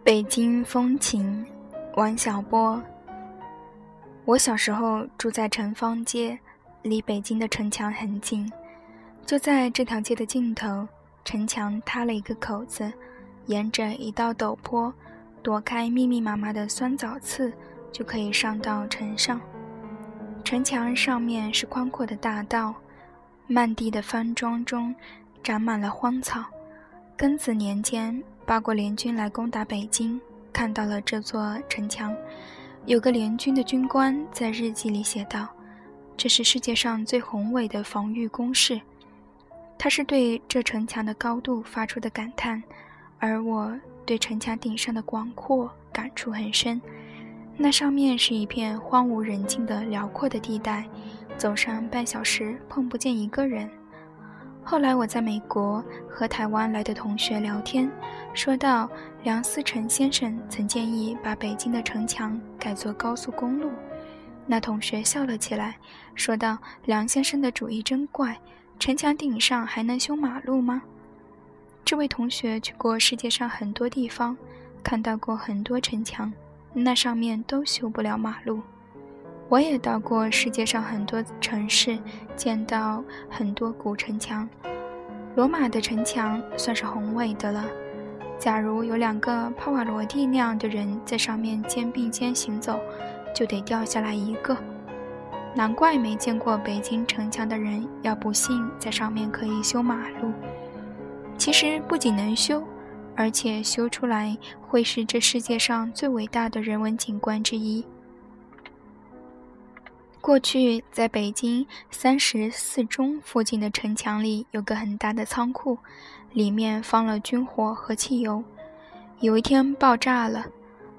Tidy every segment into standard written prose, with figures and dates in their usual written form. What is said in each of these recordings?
北京风情，王小波。我小时候住在城方街，离北京的城墙很近。就在这条街的尽头，城墙塌了一个口子，沿着一道陡坡，躲开密密麻麻的酸枣刺，就可以上到城上。城墙上面是宽阔的大道，漫地的番庄中长满了荒草。庚子年间，八国联军来攻打北京，看到了这座城墙。有个联军的军官在日记里写道，这是世界上最宏伟的防御工事。他是对这城墙的高度发出的感叹，而我对城墙顶上的广阔感触很深。那上面是一片荒无人迹的辽阔的地带，走上半小时碰不见一个人。后来我在美国和台湾来的同学聊天，说到梁思成先生曾建议把北京的城墙改作高速公路。那同学笑了起来，说道，梁先生的主意真怪，城墙顶上还能修马路吗？这位同学去过世界上很多地方，看到过很多城墙，那上面都修不了马路。我也到过世界上很多城市，见到很多古城墙。罗马的城墙算是宏伟的了，假如有2个帕瓦罗蒂那样的人在上面肩并肩行走，就得掉下来1个。难怪没见过北京城墙的人要不信在上面可以修马路。其实不仅能修，而且修出来会是这世界上最伟大的人文景观之一。过去在北京34中附近的城墙里有个很大的仓库，里面放了军火和汽油。有一天爆炸了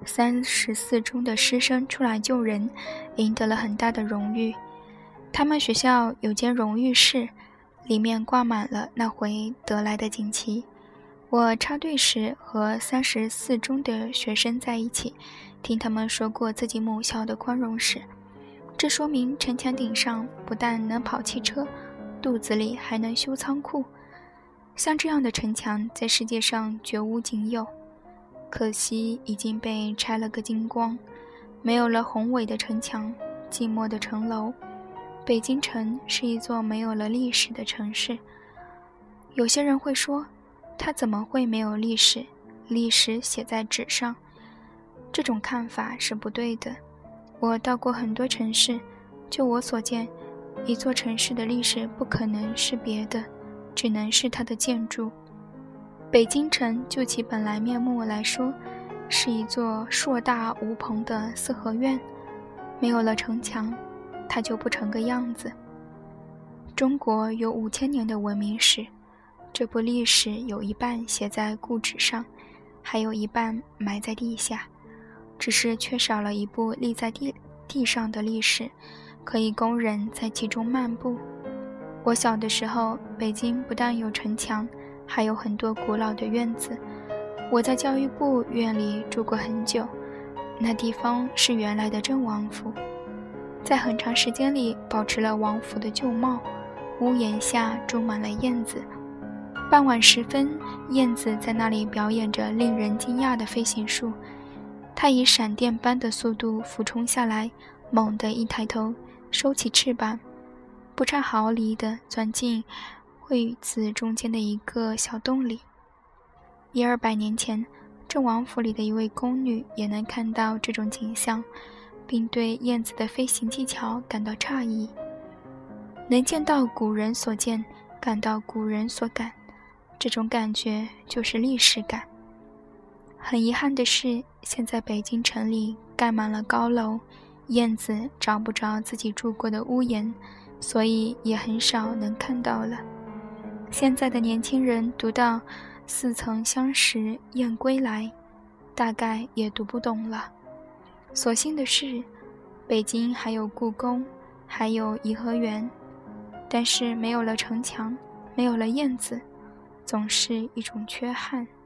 ，34中的师生出来救人，赢得了很大的荣誉。他们学校有间荣誉室，里面挂满了那回得来的锦旗。我插队时和34中的学生在一起，听他们说过自己母校的宽容史。这说明城墙顶上不但能跑汽车，肚子里还能修仓库。像这样的城墙在世界上绝无仅有，可惜已经被拆了个精光，没有了宏伟的城墙，寂寞的城楼。北京城是一座没有了历史的城市。有些人会说，它怎么会没有历史？历史写在纸上。这种看法是不对的。我到过很多城市，就我所见，一座城市的历史不可能是别的，只能是它的建筑。北京城就其本来面目来说，是一座硕大无朋的四合院，没有了城墙，它就不成个样子。中国有5000年的文明史，这部历史有一半写在故纸上，还有一半埋在地下，只是缺少了一部立在地上的历史，可以供人在其中漫步。我小的时候，北京不但有城墙，还有很多古老的院子。我在教育部院里住过很久，那地方是原来的郑王府，在很长时间里保持了王府的旧貌，屋檐下种满了燕子。傍晚时分，燕子在那里表演着令人惊讶的飞行术。它以闪电般的速度俯冲下来，猛地一抬头，收起翅膀，不差毫厘地钻进会子中间的一个小洞里。100-200年前，郑王府里的一位宫女也能看到这种景象，并对燕子的飞行技巧感到诧异。能见到古人所见，感到古人所感，这种感觉就是历史感。很遗憾的是，现在北京城里盖满了高楼，燕子找不着自己住过的屋檐，所以也很少能看到了。现在的年轻人读到似曾相识燕归来，大概也读不懂了。所幸的是，北京还有故宫，还有颐和园，但是没有了城墙，没有了燕子，总是一种缺憾。